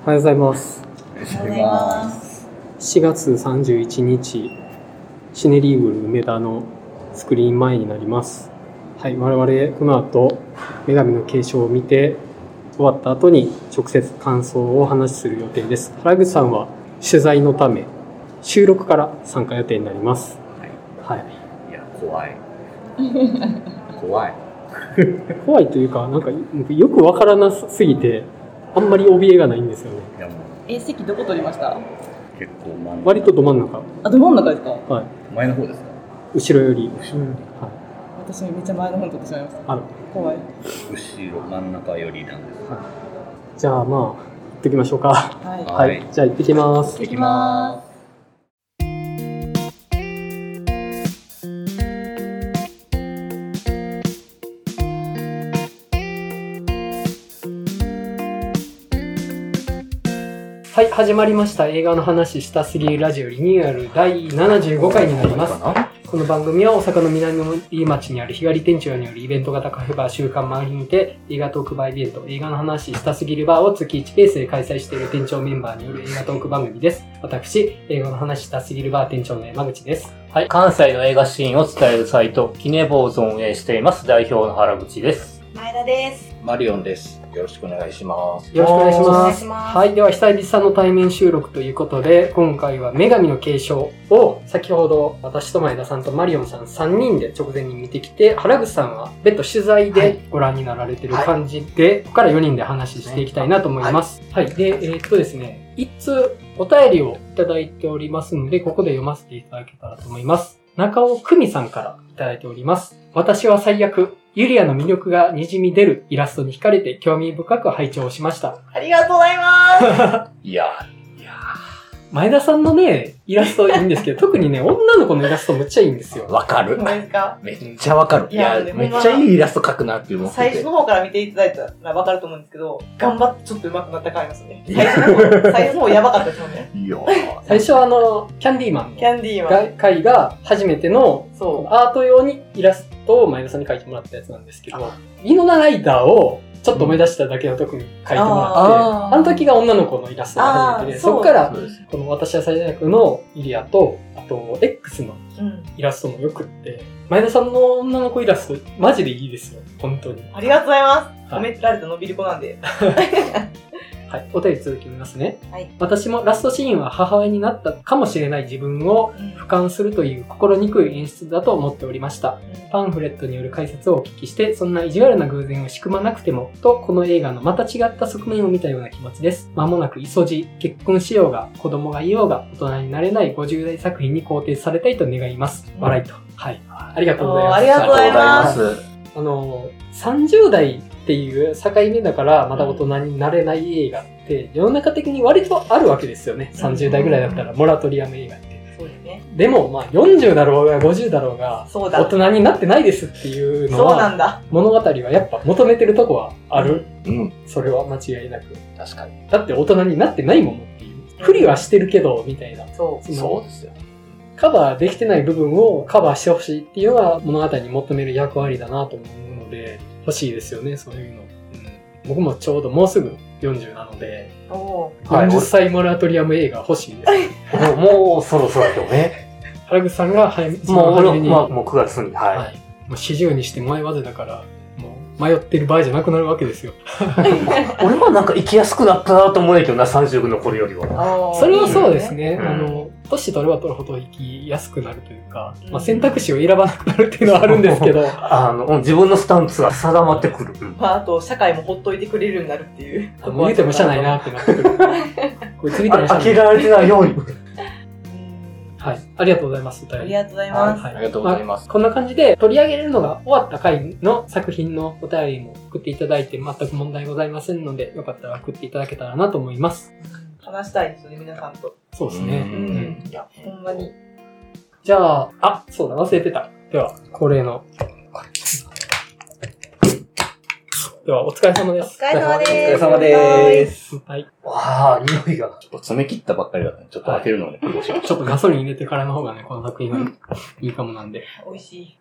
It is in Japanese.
おはようございます。 おはようございます。 4月31日、シネリーブル梅田のスクリーン前になります。はい、我々この後、女神の継承を見て、終わった後に直接感想をお話しする予定です。原口さんは取材のため、収録から参加予定になります。はい。はい、 いや、怖い。怖い。 怖いというか、なんかよくわからなすぎて、あんまり怯えがないんですよね。 いやもう席どこ取りました？ 結構真ん中。 割とど真ん中。 あ、ど真ん中ですか？ はい。 前の方ですか？ 後ろより。 後ろより。 はい。 私めっちゃ前の方に取ってしまいました。 あら。 怖い。 後ろ、真ん中よりなんです。 はい。じゃあまあ、行ってきましょうか。 はい。 はい。じゃあ行ってきます。 行ってきます。 はい、始まりました。映画の話したすぎるラジオリニューアル第75回になります。この番組は大阪の南森町にある日帰り店長によるイベント型カフェバー週刊周りにて映画トークバーイベント、映画の話したすぎるバーを月1ペースで開催している店長メンバーによる映画トーク番組です。私、映画の話したすぎるバー店長の山口です。 はい、関西の映画シーンを伝えるサイト、キネボーズを運営しています。代表の原口です。 前田です。 マリオンです。よろしくお願いします。 よろしくお願いしお願ます。 いします。 はい。では、久々の対面収録ということで、今回は女神の継承を、先ほど私と前田さんとマリオンさん3人で直前に見てきて、原口さんは別途取材でご覧になられてる感じで、ここから4人で話していきたいなと思います。はい。で、ですね、一通お便りをいただいておりますので、ここで読ませていただけたらと思います。中尾久美さんからいただいております。私は最悪、ユリアの魅力が滲み出るイラストに惹かれて興味深く拝聴しました。 ありがとうございます。 いや前田さんのね、イラストいいんですけど、特にね、女の子のイラストむっちゃいいんですよ。 わかる。 ほんまですか？ めっちゃわかる。いや、めっちゃいいイラスト描くなって思ってて。 最初の方から見ていただいたらわかると思うんですけど、頑張ってちょっと上手くなった感ありますね。最初の方やばかったですもんね。 いや最初はキャンディーマンキャンディーマン。 の回が初めてのそう。 アート用にイラストを前田さんに描いてもらったやつなんですけど、イノナライダーをちょっと思い出しただけの時に描いてもらって、あの時が女の子のイラストが初めてで、そこからこの私は最悪のイリアと、あと X のイラストもよくって、前田さんの女の子イラストマジでいいですよ、本当に。 ありがとうございます。 はい褒められたのびりこなんで。 はい、お便り続きますね。 はい。 私もラストシーンは母親になったかもしれない自分を俯瞰するという心にくい演出だと思っておりました。パンフレットによる解説をお聞きして、そんな意地悪な偶然を仕組まなくても、とこの映画のまた違った側面を見たような気持ちです。間もなくイソジ、結婚しようが、子供がいようが、大人になれない50代作品に肯定されたいと願います。笑いと。はい。ありがとうございます。 ありがとうございます。 30代っていう境目だからまだ大人になれない映画って世の中的に割とあるわけですよね。30代ぐらいだったらモラトリアム映画って。 そうですね。 でもまあ40だろうが50だろうが大人になってないですっていうのそうなんだ。 は物語はやっぱ求めてるとこはある。 うん。 それは間違いなく。 確かに。 だって大人になってないものっていう。ふりはしてるけどみたいな。 そうですよ。 カバーできてない部分をカバーしてほしいっていうのは物語に求める役割だなと思うので、欲しいですよね、そういうの。僕もちょうどもうすぐ40なので、40歳モラトリアム映画欲しいです。 もうそろそろだけどね。 原口さんが早めに。 もう9月に。はい。 もう40にして迷わずだから、もう迷ってる場合じゃなくなるわけですよ。 俺はなんか生きやすくなったなと思うんだけどな、30の頃よりは。 それはそうですね。年取れば取るほど生きやすくなるというか、まあ、選択肢を選ばなくなるっていうのはあるんですけど。 自分のスタンスが定まってくる。 あと、社会もほっといてくれるようになるっていう。 もう言うてもしゃないなってなってくる。こいつ見てもしゃない。 飽きられてないように。 はい。ありがとうございます。 ありがとうございます。 ありがとうございます。 こんな感じで取り上げるのが終わった回の作品のお便りも送っていただいて全く問題ございませんので、よかったら送っていただけたらなと思います。 話したいですよね、皆さんと。 そうですね。 いや、ほんまに。 じゃあ、そうだ、忘れてた。では、恒例の。では、お疲れ様です。 お疲れ様です。 お疲れ様です。 はい。 わあ、匂いが。 ちょっと詰め切ったばっかりだったね。ちょっと開けるのね。 ちょっとガソリン入れてからの方がね、この作品はいいかもなんで。 美味しい。